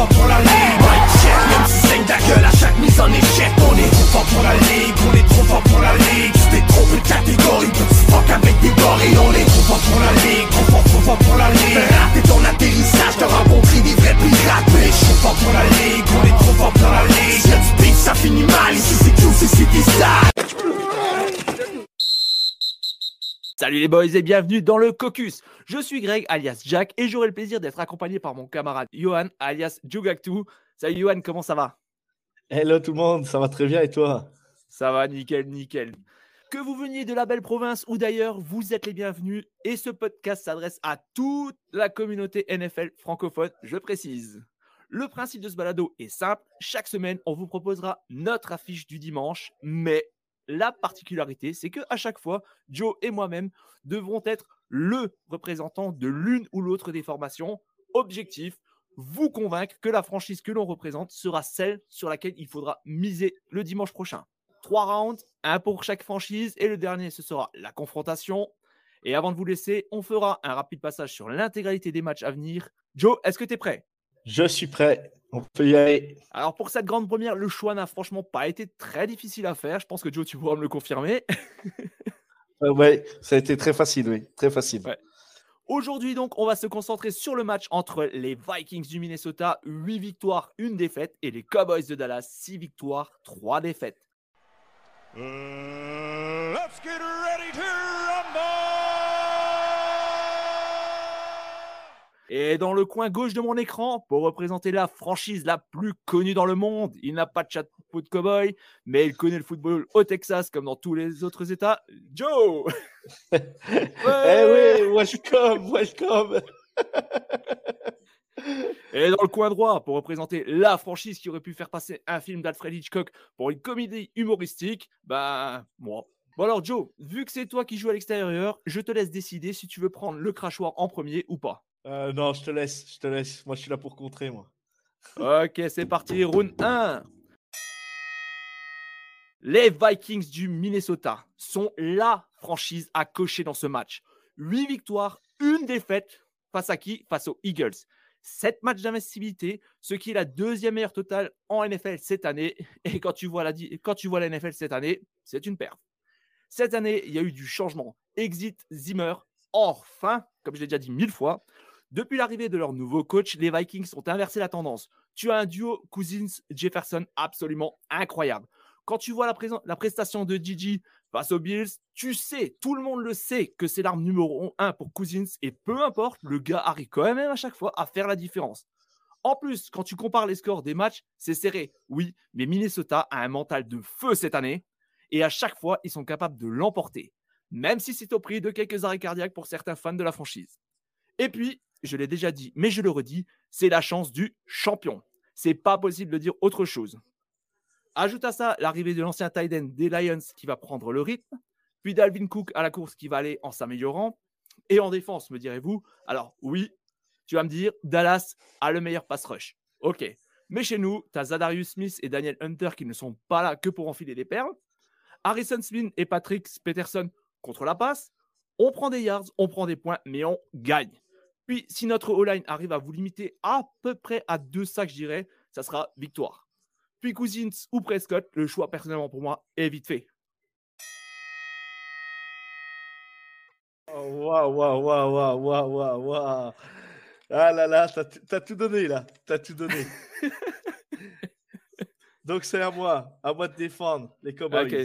fort pour la ligue. Mike check, même si saigne ta gueule à chaque mise en échec. On est trop fort pour la ligue, on est trop fort pour la ligue. Tu t'es trompé de catégorie, petit fuck avec des gorilles. On est trop fort pour la ligue, trop fort pour la ligue. Fais rater ton atterrissage, t'as rencontré des vrais pirates. Mais je suis fort pour la ligue, on est trop fort pour la ligue. S'il y a du beef, ça finit mal, ici c'est QC, c'est des sales. Salut les boys et bienvenue dans le Caucus. Je suis Greg alias Jack et j'aurai le plaisir d'être accompagné par mon camarade Johan alias Jugactu. Salut Johan, comment ça va? Hello tout le monde, ça va très bien et toi? Ça va, nickel, nickel. Que vous veniez de la belle province ou d'ailleurs, vous êtes les bienvenus et ce podcast s'adresse à toute la communauté NFL francophone, je précise. Le principe de ce balado est simple, chaque semaine on vous proposera notre affiche du dimanche, mais la particularité, c'est qu'à chaque fois, Joe et moi-même devront être le représentant de l'une ou l'autre des formations. Objectif, vous convaincre que la franchise que l'on représente sera celle sur laquelle il faudra miser le dimanche prochain. 3 rounds, un pour chaque franchise et le dernier, ce sera la confrontation. Et avant de vous laisser, on fera un rapide passage sur l'intégralité des matchs à venir. Joe, est-ce que tu es prêt? Je suis prêt, on peut y aller. Alors pour cette grande première, le choix n'a franchement pas été très difficile à faire. Je pense que Joe, tu pourras me le confirmer. Ouais, ça a été très facile, oui, très facile. Ouais. Aujourd'hui donc, on va se concentrer sur le match entre les Vikings du Minnesota, 8 victoires, 1 défaite, et les Cowboys de Dallas, 6 victoires, 3 défaites. Let's get ready to rumble! Et dans le coin gauche de mon écran, pour représenter la franchise la plus connue dans le monde, il n'a pas de chapeau de cow-boy, mais il connaît le football au Texas comme dans tous les autres États. Joe! Ouais. Eh oui, welcome. Et dans le coin droit, pour représenter la franchise qui aurait pu faire passer un film d'Alfred Hitchcock pour une comédie humoristique, bah, moi. Bon alors Joe, vu que c'est toi qui joues à l'extérieur, je te laisse décider si tu veux prendre le crachoir en premier ou pas. Non, je te laisse. Moi, je suis là pour contrer, moi. Ok, c'est parti, round 1. Les Vikings du Minnesota sont la franchise à cocher dans ce match. 8 victoires, 1 défaite. Face à qui? Face aux Eagles. 7 matchs d'investibilité, ce qui est la deuxième meilleure totale en NFL cette année. Et quand tu vois la NFL cette année, c'est une perte. Cette année, il y a eu du changement. Exit Zimmer, enfin, comme je l'ai déjà dit 1000 fois. Depuis l'arrivée de leur nouveau coach, les Vikings ont inversé la tendance. Tu as un duo Cousins-Jefferson absolument incroyable. Quand tu vois la prestation de Gigi face aux Bills, tu sais, tout le monde le sait, que c'est l'arme numéro 1 pour Cousins. Et peu importe, le gars arrive quand même à chaque fois à faire la différence. En plus, quand tu compares les scores des matchs, c'est serré. Oui, mais Minnesota a un mental de feu cette année. Et à chaque fois, ils sont capables de l'emporter. Même si c'est au prix de quelques arrêts cardiaques pour certains fans de la franchise. Et puis, je l'ai déjà dit, mais je le redis, c'est la chance du champion. C'est pas possible de dire autre chose. Ajoute à ça l'arrivée de l'ancien tight end des Lions qui va prendre le rythme, puis Dalvin Cook à la course qui va aller en s'améliorant, et en défense, me direz-vous. Alors oui, tu vas me dire, Dallas a le meilleur pass rush. Ok, mais chez nous, tu as Zadarius Smith et Daniel Hunter qui ne sont pas là que pour enfiler des perles. Harrison Smith et Patrick Peterson contre la passe. On prend des yards, on prend des points, mais on gagne. Puis, si notre O-line arrive à vous limiter à peu près à 2 sacs, je dirais, ça sera victoire. Puis Cousins ou Prescott, le choix personnellement pour moi est vite fait. Waouh. Ah là, t'as tout donné, là. T'as tout donné. Donc, c'est à moi de défendre les Cowboys. Okay.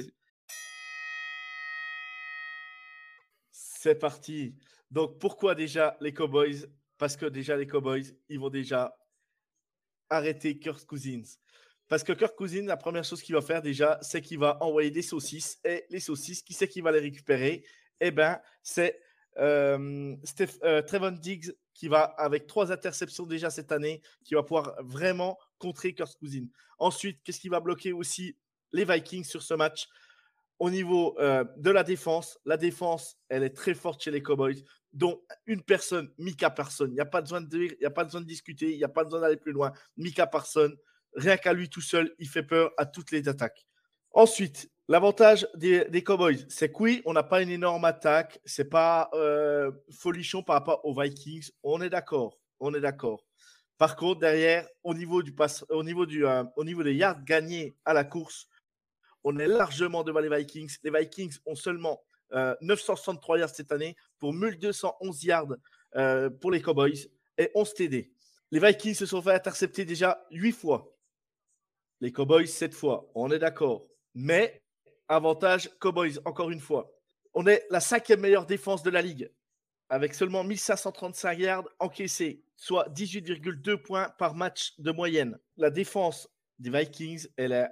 C'est parti. Donc, pourquoi déjà les Cowboys? Parce que déjà, les Cowboys, ils vont déjà arrêter Kirk Cousins. Parce que Kirk Cousins, la première chose qu'il va faire déjà, c'est qu'il va envoyer des saucisses. Et les saucisses, qui c'est qui va les récupérer? Eh bien, c'est Trevon Diggs qui va, avec 3 interceptions déjà cette année, qui va pouvoir vraiment contrer Kirk Cousins. Ensuite, qu'est-ce qui va bloquer aussi les Vikings sur ce match? Au niveau de la défense, elle est très forte chez les Cowboys, dont une personne, Micah Parsons. Il n'y a pas besoin de dire, il n'y a pas besoin de discuter, il n'y a pas besoin d'aller plus loin. Micah Parsons, rien qu'à lui tout seul, il fait peur à toutes les attaques. Ensuite, l'avantage des Cowboys, c'est que oui, on n'a pas une énorme attaque. Ce n'est pas folichon par rapport aux Vikings. On est d'accord. Par contre, derrière, au niveau des yards gagnés à la course, on est largement devant les Vikings. Les Vikings ont seulement 963 yards cette année pour 1211 yards pour les Cowboys et 11 TD. Les Vikings se sont fait intercepter déjà 8 fois. Les Cowboys 7 fois. On est d'accord. Mais avantage Cowboys, encore une fois. On est la 5e meilleure défense de la ligue avec seulement 1535 yards encaissés, soit 18,2 points par match de moyenne. La défense des Vikings est la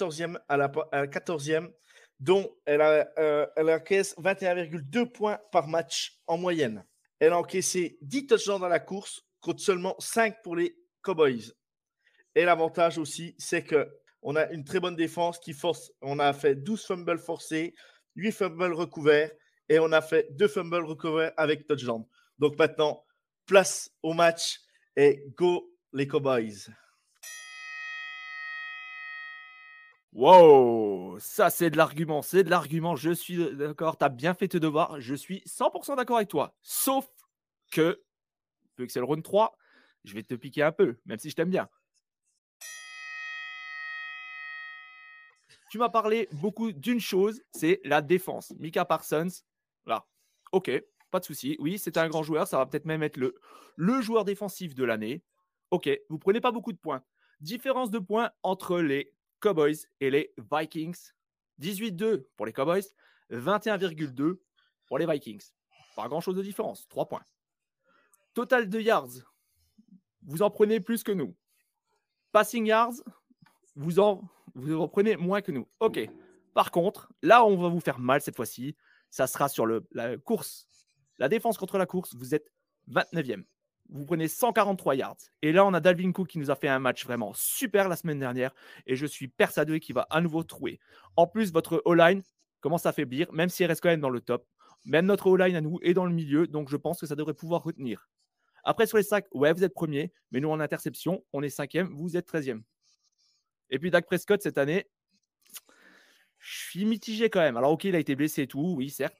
14e, dont elle encaisse 21,2 points par match en moyenne. Elle a encaissé 10 touchdowns dans la course contre seulement 5 pour les Cowboys. Et l'avantage aussi, c'est qu'on a une très bonne défense qui force. On a fait 12 fumbles forcés, 8 fumbles recouverts et on a fait 2 fumbles recouverts avec touchdown. Donc maintenant, place au match et go les Cowboys. Wow, ça c'est de l'argument, je suis d'accord, t'as bien fait tes devoirs, je suis 100% d'accord avec toi, sauf que, vu que c'est le round 3, je vais te piquer un peu, même si je t'aime bien. Tu m'as parlé beaucoup d'une chose, c'est la défense. Micah Parsons, là, ok, pas de souci, oui, c'est un grand joueur, ça va peut-être même être le joueur défensif de l'année. Ok, vous prenez pas beaucoup de points. Différence de points entre les Cowboys et les Vikings. 18-2 pour les Cowboys, 21,2 pour les Vikings. Pas grand-chose de différence, 3 points. Total de yards, vous en prenez plus que nous. Passing yards, vous en prenez moins que nous. Ok. Par contre, là, on va vous faire mal cette fois-ci. Ça sera sur la course. La défense contre la course, vous êtes 29e. Vous prenez 143 yards. Et là, on a Dalvin Cook qui nous a fait un match vraiment super la semaine dernière. Et je suis persuadé qu'il va à nouveau trouer. En plus, votre O-line commence à faiblir, même si elle reste quand même dans le top. Même notre O-line à nous est dans le milieu. Donc, je pense que ça devrait pouvoir retenir. Après, sur les sacs, ouais, vous êtes premier. Mais nous, en interception, on est 5e. Vous êtes 13e. Et puis, Dak Prescott, cette année, je suis mitigé quand même. Alors, ok, il a été blessé et tout, oui, certes.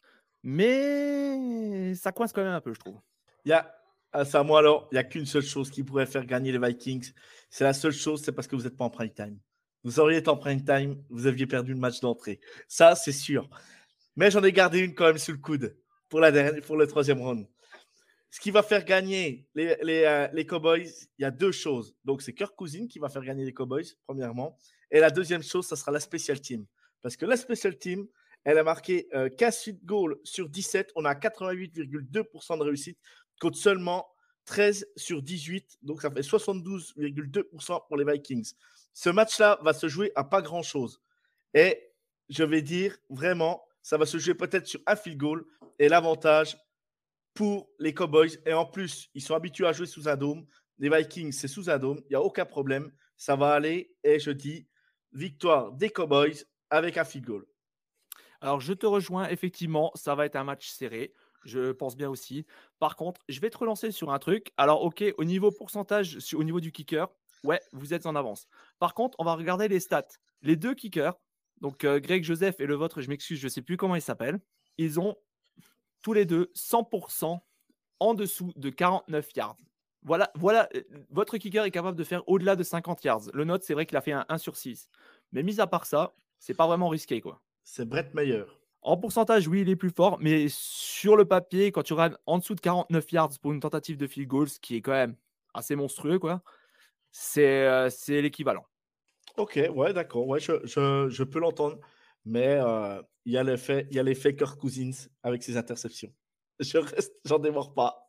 Mais ça coince quand même un peu, je trouve. C'est à moi alors, il n'y a qu'une seule chose qui pourrait faire gagner les Vikings. C'est la seule chose, c'est parce que vous n'êtes pas en prime time. Vous auriez été en prime time, vous aviez perdu le match d'entrée. Ça, c'est sûr. Mais j'en ai gardé une quand même sous le coude pour le 3e round. Ce qui va faire gagner les Cowboys, il y a 2 choses. Donc, c'est Kirk Cousins qui va faire gagner les Cowboys, premièrement. Et la deuxième chose, ça sera la special team. Parce que la special team, elle a marqué 15 field goals sur 17. On a 88,2% de réussite contre seulement 13 sur 18. Donc, ça fait 72,2% pour les Vikings. Ce match-là va se jouer à pas grand-chose. Et je vais dire, vraiment, ça va se jouer peut-être sur un field goal. Et l'avantage pour les Cowboys. Et en plus, ils sont habitués à jouer sous un dôme. Les Vikings, c'est sous un dôme. Il n'y a aucun problème. Ça va aller. Et je dis, victoire des Cowboys avec un field goal. Alors, je te rejoins. Effectivement, ça va être un match serré. Je pense bien aussi. Par contre, je vais te relancer sur un truc. Alors, ok, au niveau pourcentage, au niveau du kicker, ouais, vous êtes en avance. Par contre, on va regarder les stats. Les 2 kickers, donc Greg Joseph et le vôtre, je m'excuse, je ne sais plus comment ils s'appellent, ils ont tous les deux 100% en dessous de 49 yards. Voilà, votre kicker est capable de faire au-delà de 50 yards. Le nôtre, c'est vrai qu'il a fait un 1 sur 6. Mais mis à part ça, c'est pas vraiment risqué, quoi. C'est Brett Maher. En pourcentage, oui, il est plus fort, mais sur le papier, quand tu regardes en dessous de 49 yards pour une tentative de field goal, ce qui est quand même assez monstrueux, quoi, c'est l'équivalent. Ok, ouais, d'accord, ouais, je peux l'entendre, mais il y a l'effet Kirk Cousins avec ses interceptions. J'en démords pas.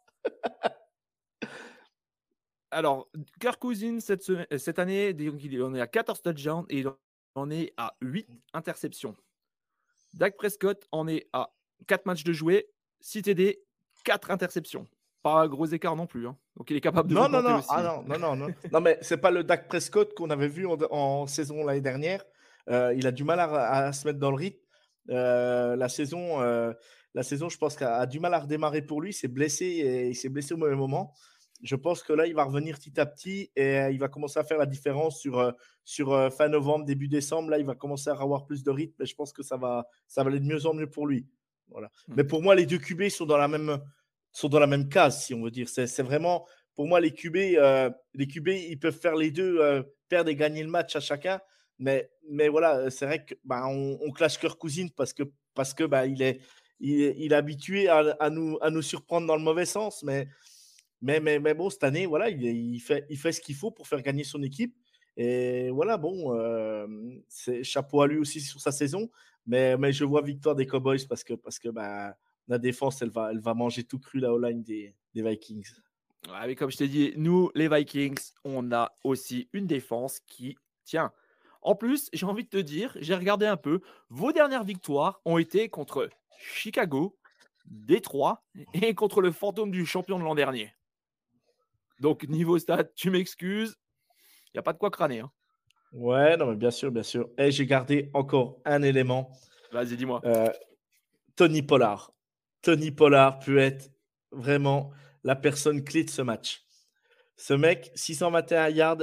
Alors, Kirk Cousins, cette année, on est à 14 touchdowns et il en est à 8 interceptions. Dak Prescott en est à 4 matchs de jouer, 6 TD, 4 interceptions. Pas un gros écart non plus. Hein. Donc, il est capable de vous planter aussi. Non, mais c'est pas le Dak Prescott qu'on avait vu en saison l'année dernière. Il a du mal à se mettre dans le rythme. La saison, je pense qu'il a du mal à redémarrer pour lui. Il s'est blessé au mauvais moment. Je pense que là, il va revenir petit à petit et il va commencer à faire la différence sur fin novembre, début décembre. Là, il va commencer à avoir plus de rythme et je pense que ça va aller de mieux en mieux pour lui. Voilà. Mais pour moi, les 2 QB sont dans la même case, si on veut dire. C'est vraiment pour moi, les QB, ils peuvent faire les deux, perdre et gagner le match à chacun. Mais voilà, c'est vrai que on clash Kirk Cousins parce que il est habitué à nous surprendre dans le mauvais sens. Mais bon, cette année, voilà, il fait ce qu'il faut pour faire gagner son équipe. Et voilà, bon, c'est chapeau à lui aussi sur sa saison. Mais je vois victoire des Cowboys parce que la défense, elle va manger tout cru la O-line des Vikings. Ouais, mais comme je t'ai dit, nous, les Vikings, on a aussi une défense qui tient. En plus, j'ai envie de te dire, j'ai regardé un peu, vos dernières victoires ont été contre Chicago, Détroit et contre le fantôme du champion de l'an dernier. Donc, niveau stade, tu m'excuses, il n'y a pas de quoi crâner. Hein. Ouais, non, mais bien sûr, bien sûr. Et j'ai gardé encore un élément. Vas-y, dis-moi. Tony Pollard. Tony Pollard peut être vraiment la personne clé de ce match. Ce mec, 621 yards,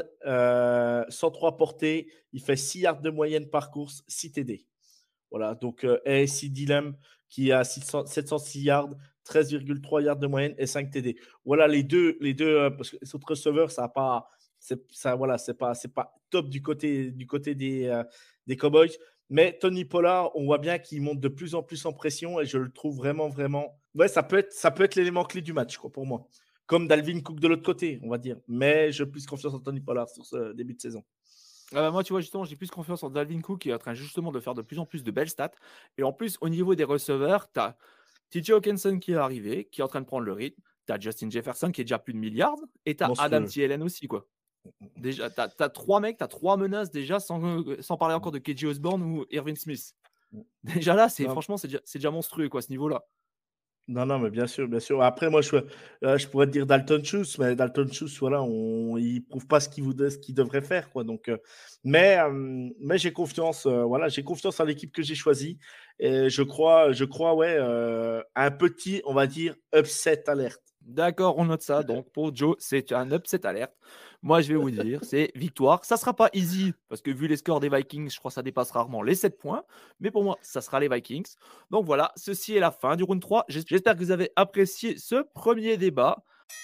103 portées, il fait 6 yards de moyenne par course, 6 TD. Voilà, donc ASC Dillem qui a 706 yards, 13,3 yards de moyenne et 5 TD. Voilà les deux parce que les autres receveurs, ça n'a pas, c'est pas top du côté des Cowboys. Mais Tony Pollard, on voit bien qu'il monte de plus en plus en pression et je le trouve vraiment. Ouais, ça peut être l'élément clé du match, quoi, pour moi. Comme Dalvin Cook de l'autre côté, on va dire. Mais j'ai plus confiance en Tony Pollard sur ce début de saison. Moi, tu vois, justement, j'ai plus confiance en Dalvin Cook qui est en train justement de faire de plus en plus de belles stats. Et en plus, au niveau des receveurs, tu as TJ Hawkinson qui est arrivé, qui est en train de prendre le rythme. Tu as Justin Jefferson qui est déjà plus de milliards. Et tu as Adam Thielen aussi, quoi. Déjà, tu as 3 mecs, tu as 3 menaces déjà, sans parler encore de KJ Osborne ou Irvin Smith. Déjà là, franchement, c'est déjà monstrueux, quoi, ce niveau-là. Non, mais bien sûr. Après, moi, je pourrais te dire Dalton Schultz, mais Dalton Schultz, voilà, il prouve pas ce qu'il devrait faire, quoi. Donc, mais j'ai confiance, j'ai confiance en l'équipe que j'ai choisie. Et je crois, ouais, un petit, on va dire, upset alerte. D'accord, on note ça. Donc, pour Joe, c'est un upset alerte. Moi, je vais vous dire, c'est victoire. Ça ne sera pas easy, parce que vu les scores des Vikings, je crois que ça dépasse rarement les 7 points. Mais pour moi, ça sera les Vikings. Donc voilà, ceci est la fin du round 3. J'espère que vous avez apprécié ce premier débat.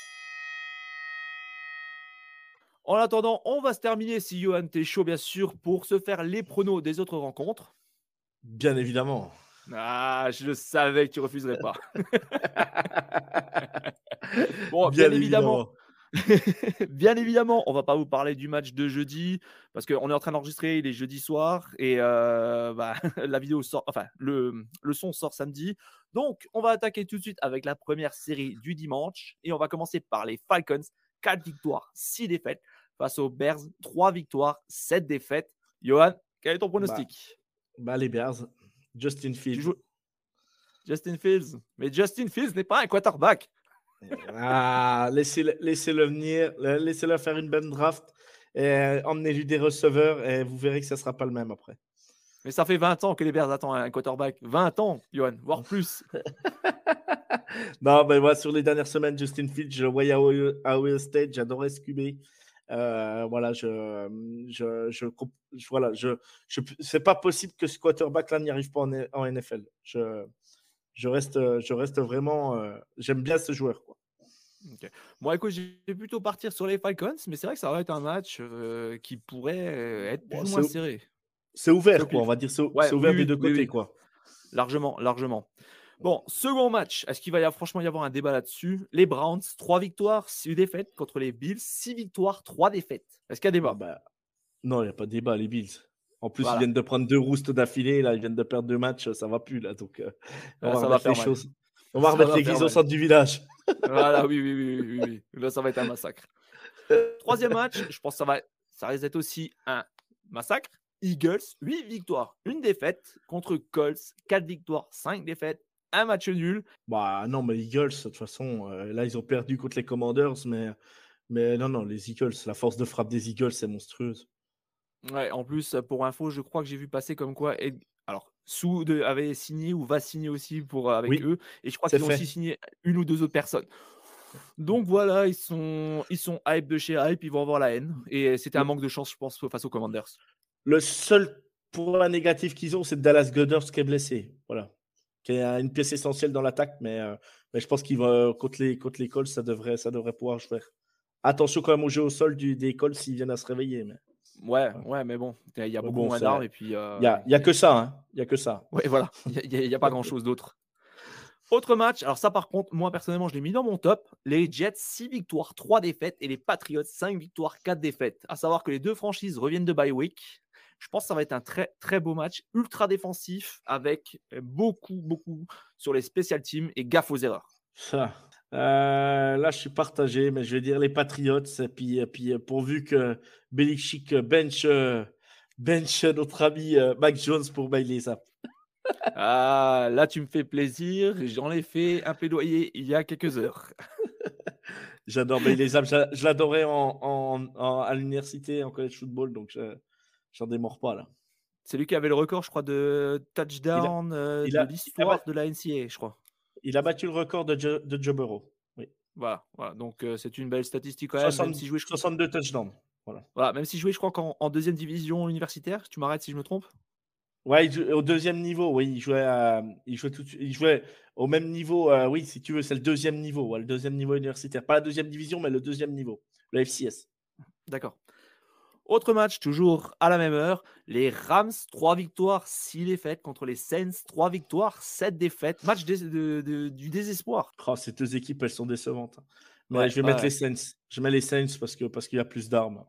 En attendant, on va se terminer, si Johan, t'es chaud, bien sûr, pour se faire les pronos des autres rencontres. Bien évidemment. Ah, je savais que tu refuserais pas. Bon, bien évidemment. Bien évidemment, on va pas vous parler du match de jeudi parce qu'on est en train d'enregistrer, il est jeudi soir et la vidéo sort, enfin le son sort samedi. Donc, on va attaquer tout de suite avec la première série du dimanche et on va commencer par les Falcons. 4 victoires, 6 défaites face aux Bears. 3 victoires, 7 défaites. Johan, quel est ton pronostic? Les Bears. Justin Fields. Justin Fields. Mais Justin Fields n'est pas un quarterback. Laissez-le venir, laissez-le faire une bonne draft, emmenez-lui des receveurs et vous verrez que ça ne sera pas le même après. Mais ça fait 20 ans que les Bears attendent un quarterback. 20 ans, Johan, voire plus. Non, mais moi, sur les dernières semaines, Justin Fields, je le voyais à Ohio State, j'adorais ce QB. C'est pas possible que ce quarterback-là n'y arrive pas en NFL. Je reste vraiment. J'aime bien ce joueur, quoi. Okay. Bon, écoute, je vais plutôt partir sur les Falcons, mais c'est vrai que ça va être un match qui pourrait être plus ou moins serré. C'est ouvert, quoi. On va dire c'est ouvert des deux côtés, quoi. Largement. Bon, second match. Est-ce qu'il va franchement y avoir un débat là-dessus? Les Browns, 3 victoires, 6 défaites contre les Bills, 6 victoires, 3 défaites. Est-ce qu'il y a débat? Non, il n'y a pas de débat, les Bills. En plus, ils viennent de prendre 2 roustes d'affilée. Là, ils viennent de perdre 2 matchs. Ça ne va plus, là. Donc, on va remettre les choses. On va remettre l'église au centre du village. Voilà, oui. Là, ça va être un massacre. Troisième match, je pense que ça risque d'être aussi un massacre. Eagles, 8 victoires, 1 défaite contre Colts, 4 victoires, 5 défaites, un match nul. Non, mais les Eagles, de toute façon, là, ils ont perdu contre les Commanders, mais non, les Eagles, la force de frappe des Eagles, c'est monstrueuse. Ouais, en plus, pour info, je crois que j'ai vu passer comme quoi Sou avait signé ou va signer aussi avec eux, et je crois qu'ils ont aussi signé 1 ou 2 autres personnes. Donc voilà, ils sont hype de chez hype, ils vont avoir la haine, et c'était un manque de chance, je pense, face aux Commanders. Le seul point négatif qu'ils ont, c'est Dallas Goedert qui est blessé, voilà, qui est une pièce essentielle dans l'attaque, mais je pense qu'il va contre les Colts, ça devrait pouvoir jouer Attention quand même au jeu au sol des Colts s'ils viennent à se réveiller. Mais... Ouais, mais bon, il y a beaucoup moins d'armes. Et puis, il y a que ça. Hein. Il y a que ça. Ouais, voilà. Il n'y a pas grand-chose d'autre. Autre match. Alors ça, par contre, moi, personnellement, je l'ai mis dans mon top. Les Jets, 6 victoires, 3 défaites. Et les Patriots, 5 victoires, 4 défaites. À savoir que les deux franchises reviennent de bye week. Je pense que ça va être un très, très beau match. Ultra défensif avec beaucoup sur les special teams et gaffe aux erreurs. Ça. Là, je suis partagé, mais je vais dire les Patriots. Et puis pourvu que Belichick bench notre ami Mac Jones pour Bailey Zappe. Ah, là, tu me fais plaisir. J'en ai fait un plaidoyer il y a quelques heures. J'adore Bailey Zappe. Je l'adorais à l'université, en college football, donc j'en démords pas là. C'est lui qui avait le record, je crois, de touchdown de l'histoire de la NCAA, je crois. Il a battu le record de Joe Burrow. Oui. Voilà. Donc c'est une belle statistique quand même. 62 touchdowns. Voilà, même si jouait, je crois qu'en deuxième division universitaire, tu m'arrêtes si je me trompe. Ouais, au deuxième niveau, oui, il jouait au même niveau, oui, si tu veux, c'est le deuxième niveau, ouais, le deuxième niveau universitaire, pas la deuxième division, mais le deuxième niveau, le FCS. D'accord. Autre match, toujours à la même heure, les Rams, 3 victoires, 6 défaites contre les Saints, 3 victoires, 7 défaites. Match du désespoir. Oh, ces deux équipes, elles sont décevantes. Mais je vais mettre les Saints. Je mets les Saints parce qu'il y a plus d'armes.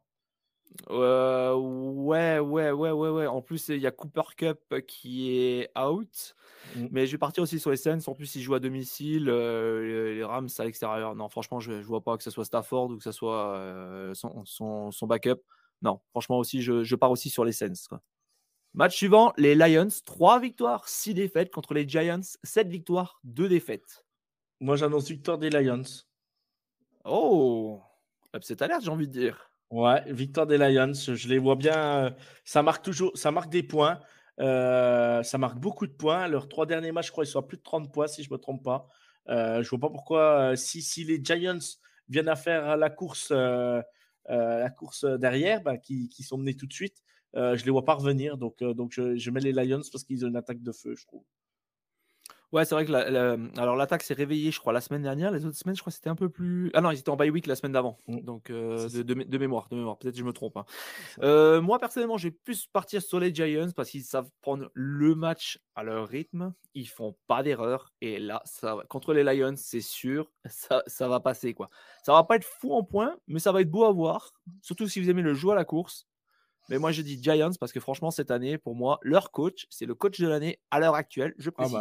Ouais. En plus, il y a Cooper Kupp qui est out. Mais je vais partir aussi sur les Saints. En plus, ils jouent à domicile. Les Rams à l'extérieur. Non, franchement, je ne vois pas que ce soit Stafford ou que ce soit son backup. Non, franchement aussi, je pars aussi sur les Saints. Quoi. Match suivant, les Lions, 3 victoires, 6 défaites contre les Giants, 7 victoires, 2 défaites. Moi, j'annonce victoire des Lions. Oh, upset alert, j'ai envie de dire. Ouais, victoire des Lions. Je les vois bien. Ça marque des points. Ça marque beaucoup de points. Leurs 3 derniers matchs, je crois, ils sont à plus de 30 points, si je ne me trompe pas. Je ne vois pas pourquoi, si les Giants viennent à faire la course derrière, qui sont menés tout de suite, je ne les vois pas revenir. Donc je mets les Lions parce qu'ils ont une attaque de feu, je trouve. Ouais, c'est vrai que alors l'attaque s'est réveillée, je crois, la semaine dernière. Les autres semaines, je crois que c'était un peu plus. Ah non, ils étaient en bye week la semaine d'avant. Donc, de mémoire. Peut-être que je me trompe. Hein. Moi, personnellement, je vais plus partir sur les Giants parce qu'ils savent prendre le match à leur rythme. Ils font pas d'erreur. Et là, contre les Lions, c'est sûr, ça va passer, quoi. Ça va pas être fou en points, mais ça va être beau à voir. Surtout si vous aimez le jeu à la course. Mais moi, je dis Giants parce que franchement, cette année, pour moi, leur coach, c'est le coach de l'année à l'heure actuelle. Je précise.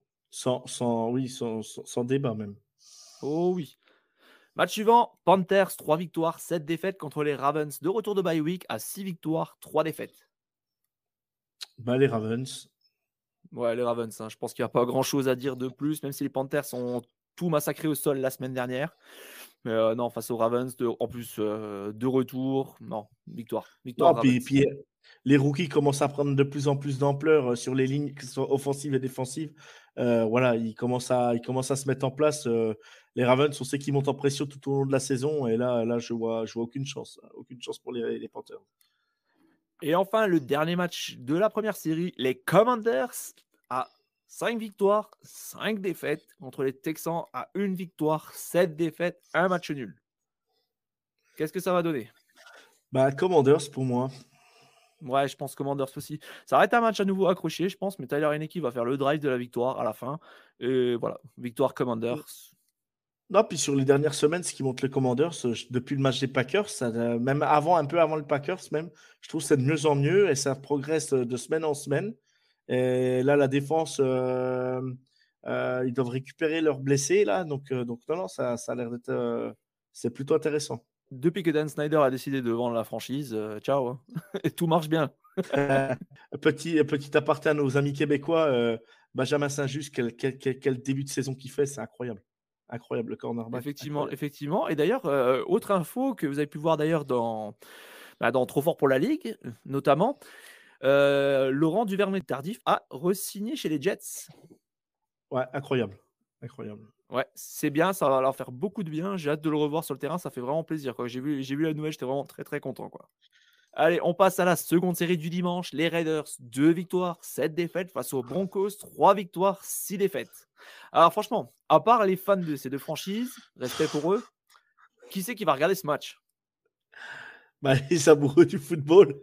Sans débat même. Oh oui. Match suivant, Panthers, 3 victoires, 7 défaites contre les Ravens. De retour de bye week à 6 victoires, 3 défaites. Les Ravens. Ouais, les Ravens. Je pense qu'il n'y a pas grand-chose à dire de plus, même si les Panthers ont tout massacré au sol la semaine dernière. Mais non, face aux Ravens, en plus, de retour, non, victoire. Puis les rookies commencent à prendre de plus en plus d'ampleur sur les lignes, que ce soit offensives et défensives. Ils commencent à se mettre en place. Les Ravens, on sait qu'ils montent en pression tout au long de la saison. Et là je vois aucune chance pour les Panthers. Et enfin, le dernier match de la première série, les Commanders à 5 victoires, 5 défaites contre les Texans à 1 victoire, 7 défaites, 1 match nul. Qu'est-ce que ça va donner? Commanders pour moi. Ouais, je pense Commanders aussi. Ça va être un match à nouveau accroché, je pense, mais Tyler Heinicke va faire le drive de la victoire à la fin. Et voilà, victoire Commanders. Non, puis sur les dernières semaines, ce qui montre les Commanders, depuis le match des Packers, même un peu avant le Packers, même, je trouve que c'est de mieux en mieux et ça progresse de semaine en semaine. Et là, la défense, ils doivent récupérer leurs blessés, là. Donc non, ça a l'air d'être... c'est plutôt intéressant. Depuis que Dan Snyder a décidé de vendre la franchise, ciao. Hein. Et tout marche bien. Petit aparté à nos amis québécois, Benjamin Saint-Just, quel début de saison qu'il fait, c'est incroyable. Incroyable, le cornerback. Effectivement. Et d'ailleurs, autre info que vous avez pu voir d'ailleurs dans Trop fort pour la Ligue, notamment, Laurent Duvernay-Tardif a re-signé chez les Jets. Ouais, incroyable. Ouais, c'est bien, ça va leur faire beaucoup de bien. J'ai hâte de le revoir sur le terrain, ça fait vraiment plaisir. J'ai vu la nouvelle, j'étais vraiment très très content. Quoi. Allez, on passe à la seconde série du dimanche. Les Raiders, 2 victoires, 7 défaites face aux Broncos, 3 victoires, 6 défaites. Alors franchement, à part les fans de ces deux franchises, respect pour eux, qui c'est qui va regarder ce match? Bah, les amoureux du football.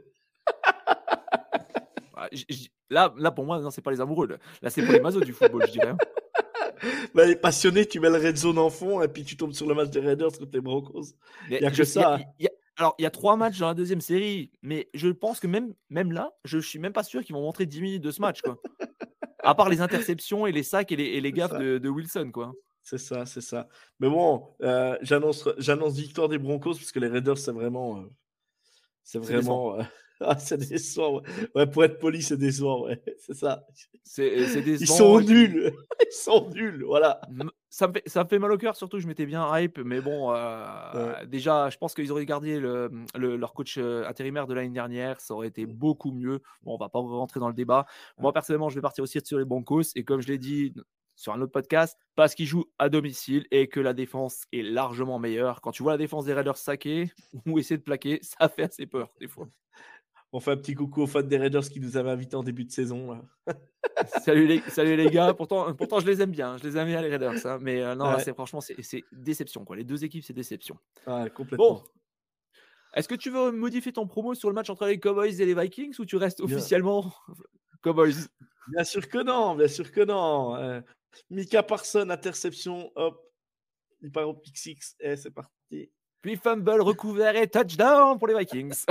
Ah, là, pour moi, non, c'est pas les amoureux. Là, c'est pour les masos du football, je dirais. Hein. Bah, les passionnés, tu mets le red zone en fond et puis tu tombes sur le match des Raiders contre les Broncos. Il n'y a que ça. Alors, il y a 3 matchs dans la deuxième série, mais je pense que même là, je suis même pas sûr qu'ils vont montrer 10 minutes de ce match, quoi. À part les interceptions et les sacs et les gaffes de Wilson, quoi. C'est ça. Mais bon, j'annonce victoire des Broncos parce que les Raiders, c'est vraiment... c'est décevant. Ouais, pour être poli, c'est décevant. Ouais. C'est ça. C'est décevant. Ils sont nuls. Ils sont nuls. Voilà. Ça me fait mal au cœur, surtout je m'étais bien hype, mais bon, déjà, je pense qu'ils auraient gardé leur coach intérimaire de l'année dernière, ça aurait été beaucoup mieux. Bon, on va pas rentrer dans le débat. Moi, personnellement, je vais partir aussi sur les Broncos, et comme je l'ai dit sur un autre podcast, parce qu'ils jouent à domicile et que la défense est largement meilleure. Quand tu vois la défense des Raiders saquer ou essayer de plaquer, ça fait assez peur des fois. On fait un petit coucou aux fans des Raiders qui nous avaient invités en début de saison. Là. Salut les gars. Pourtant, je les aime bien. Je les aime bien, les Raiders. Hein. Mais non, là, franchement, c'est déception. Quoi. Les deux équipes, c'est déception. Complètement. Bon. Est-ce que tu veux modifier ton promo sur le match entre les Cowboys et les Vikings ou tu restes officiellement Cowboys? Bien sûr que non. Micah Parsons, interception. Hop. Il part au pick six. Et c'est parti. Puis fumble, recouvert et touchdown pour les Vikings.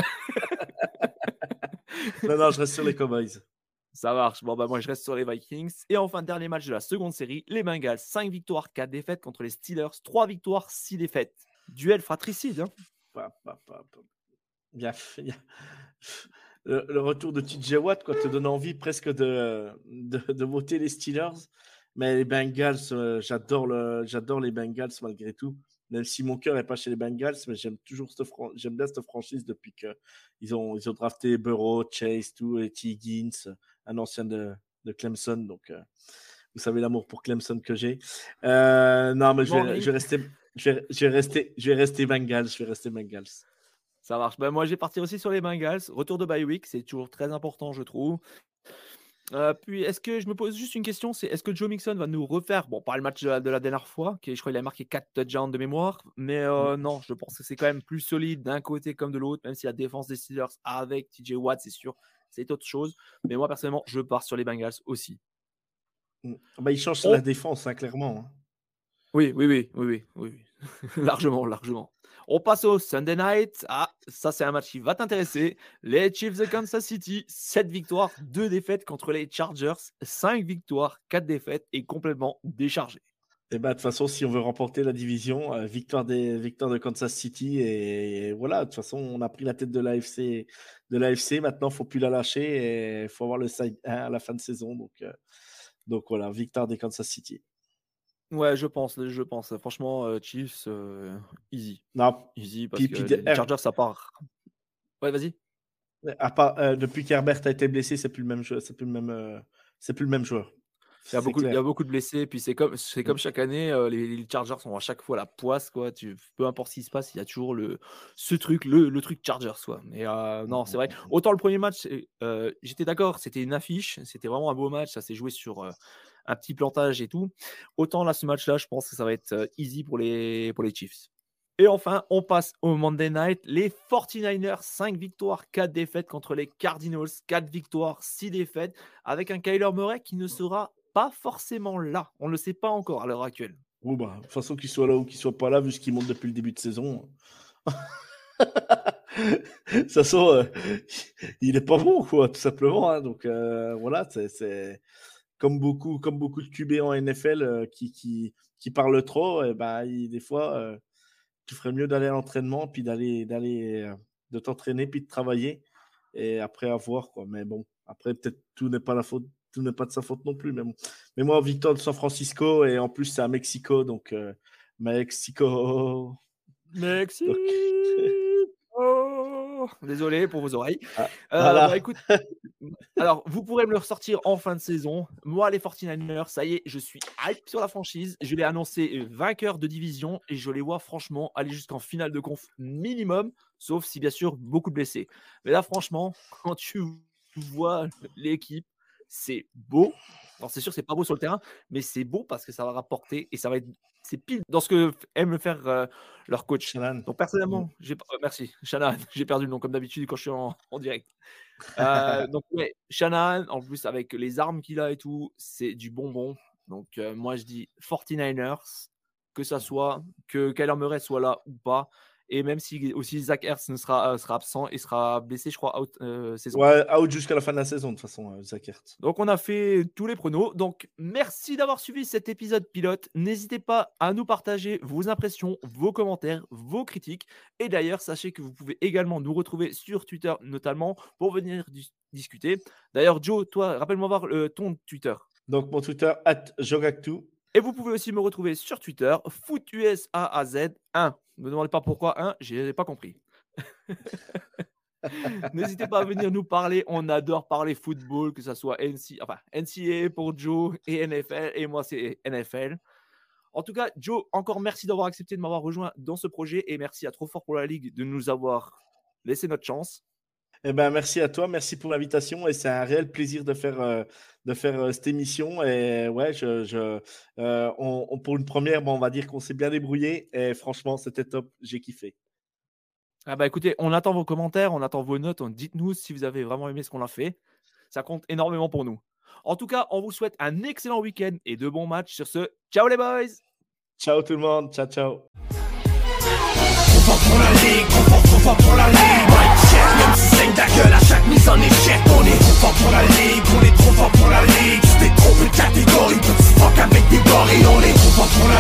Non, je reste sur les Cowboys. Ça marche. Bon, moi, je reste sur les Vikings. Et enfin, dernier match de la seconde série, les Bengals. 5 victoires, 4 défaites contre les Steelers. 3 victoires, 6 défaites. Duel fratricide. Hein. Bien. Le retour de TJ Watt, quoi, te donne envie presque de voter les Steelers. Mais les Bengals, j'adore les Bengals malgré tout. Même si mon cœur n'est pas chez les Bengals, mais j'aime bien cette franchise depuis qu'ils ont drafté Burrow, Chase, et T. Higgins, un ancien de Clemson. Donc, vous savez l'amour pour Clemson que j'ai. Non, mais je vais rester Bengals. Ça marche. Moi, je vais partir aussi sur les Bengals. Retour de bye week, c'est toujours très important, je trouve. Puis, est-ce que je me pose juste une question, c'est est-ce que Joe Mixon va nous refaire, bon, pas le match de la dernière fois, je crois qu'il a marqué 4 touchdowns de mémoire, mais non, je pense que c'est quand même plus solide d'un côté comme de l'autre, même si la défense des Steelers avec TJ Watt, c'est sûr, c'est autre chose. Mais moi, personnellement, je pars sur les Bengals aussi. Il change la défense, hein, clairement. Hein. Oui. largement. On passe au Sunday Night. Ah, ça, c'est un match qui va t'intéresser. Les Chiefs de Kansas City, 7 victoires, 2 défaites contre les Chargers. 5 victoires, 4 défaites et complètement déchargés. Et de toute façon, si on veut remporter la division, victoire de Kansas City. Et voilà, de toute façon, on a pris la tête de l'AFC. Maintenant, il ne faut plus la lâcher et il faut avoir le side 1 à la fin de saison. Donc voilà, victoire des Kansas City. Ouais, je pense. Franchement, Chiefs, easy. Non. Easy parce que les Chargers, ça part. Ouais, vas-y. À part, depuis qu'Herbert a été blessé, c'est plus le même joueur. C'est plus le même joueur. Il y a beaucoup de blessés. Puis c'est comme chaque année, les Chargers sont à chaque fois la poisse, quoi. Peu importe ce qui se passe, il y a toujours le truc Chargers, quoi. Mais non, c'est vrai. Autant le premier match, j'étais d'accord, c'était une affiche, c'était vraiment un beau match, ça s'est joué sur un petit plantage et tout. Autant là, ce match-là, je pense que ça va être easy pour les Chiefs. Et enfin, on passe au Monday Night. Les 49ers, 5 victoires, 4 défaites contre les Cardinals. 4 victoires, 6 défaites, avec un Kyler Murray qui ne sera pas forcément là. On ne le sait pas encore à l'heure actuelle. De toute façon, qu'il soit là ou qu'il soit pas là, vu ce qu'il monte depuis le début de saison. De toute façon, il n'est pas bon, quoi, tout simplement. Hein. Donc voilà, c'est comme beaucoup de QB en NFL qui parlent trop. Et des fois, tu ferais mieux d'aller à l'entraînement, puis de t'entraîner, puis de travailler, et après à voir, quoi. Mais bon, après peut-être tout n'est pas de sa faute non plus. Mais moi, victoire de San Francisco, et en plus c'est à Mexico, donc Mexico. Donc... Désolé pour vos oreilles. Voilà. Écoute, alors vous pourrez me le ressortir en fin de saison. Moi, les 49ers, ça y est, je suis hype sur la franchise. Je l'ai annoncé vainqueur de division et je les vois franchement aller jusqu'en finale de conf minimum, sauf si bien sûr beaucoup de blessés. Mais là, franchement, quand tu vois l'équipe, c'est beau. Alors, c'est sûr, c'est pas beau sur le terrain, mais c'est beau parce que ça va rapporter et ça va être. C'est pile dans ce que aime faire leur coach. Shannon. Donc, personnellement, merci, Shanahan. J'ai perdu le nom comme d'habitude quand je suis en direct. Donc, ouais, Shanahan, en plus, avec les armes qu'il a et tout, c'est du bonbon. Donc, moi, je dis 49ers, que ça soit, que Kyler Murray soit là ou pas. Et même si aussi Zach Ertz sera absent et sera blessé, je crois, out saison. Ouais, out jusqu'à la fin de la saison, de toute façon, Zach Ertz. Donc, on a fait tous les pronos. Donc, merci d'avoir suivi cet épisode pilote. N'hésitez pas à nous partager vos impressions, vos commentaires, vos critiques. Et d'ailleurs, sachez que vous pouvez également nous retrouver sur Twitter, notamment, pour venir discuter. D'ailleurs, Joe, toi, rappelle-moi voir ton Twitter. Donc, mon Twitter, @jogactu. Et vous pouvez aussi me retrouver sur Twitter, FootUSAAZ1. Ne me demandez pas pourquoi 1, je n'ai pas compris. N'hésitez pas à venir nous parler. On adore parler football, que ce soit NCAA pour Joe et NFL. Et moi, c'est NFL. En tout cas, Joe, encore merci d'avoir accepté de m'avoir rejoint dans ce projet. Et merci à Trop Fort pour la Ligue de nous avoir laissé notre chance. Eh ben, merci à toi, merci pour l'invitation et c'est un réel plaisir de faire cette émission. Et ouais, pour une première, on va dire qu'on s'est bien débrouillé et franchement, c'était top, j'ai kiffé. Ah bah écoutez, on attend vos commentaires, on attend vos notes, dites-nous si vous avez vraiment aimé ce qu'on a fait. Ça compte énormément pour nous. En tout cas, on vous souhaite un excellent week-end et de bons matchs. Sur ce, ciao les boys! Ciao tout le monde, ciao ciao. Trop fort pour la ligue, trop fort pour la ligue. Mike check, même si saigne ta gueule à chaque mise en échec. On est trop fort pour la ligue, on est trop fort pour la ligue. Tu t'es trompé de catégorie, petit fuck avec des gorilles. On est trop fort pour la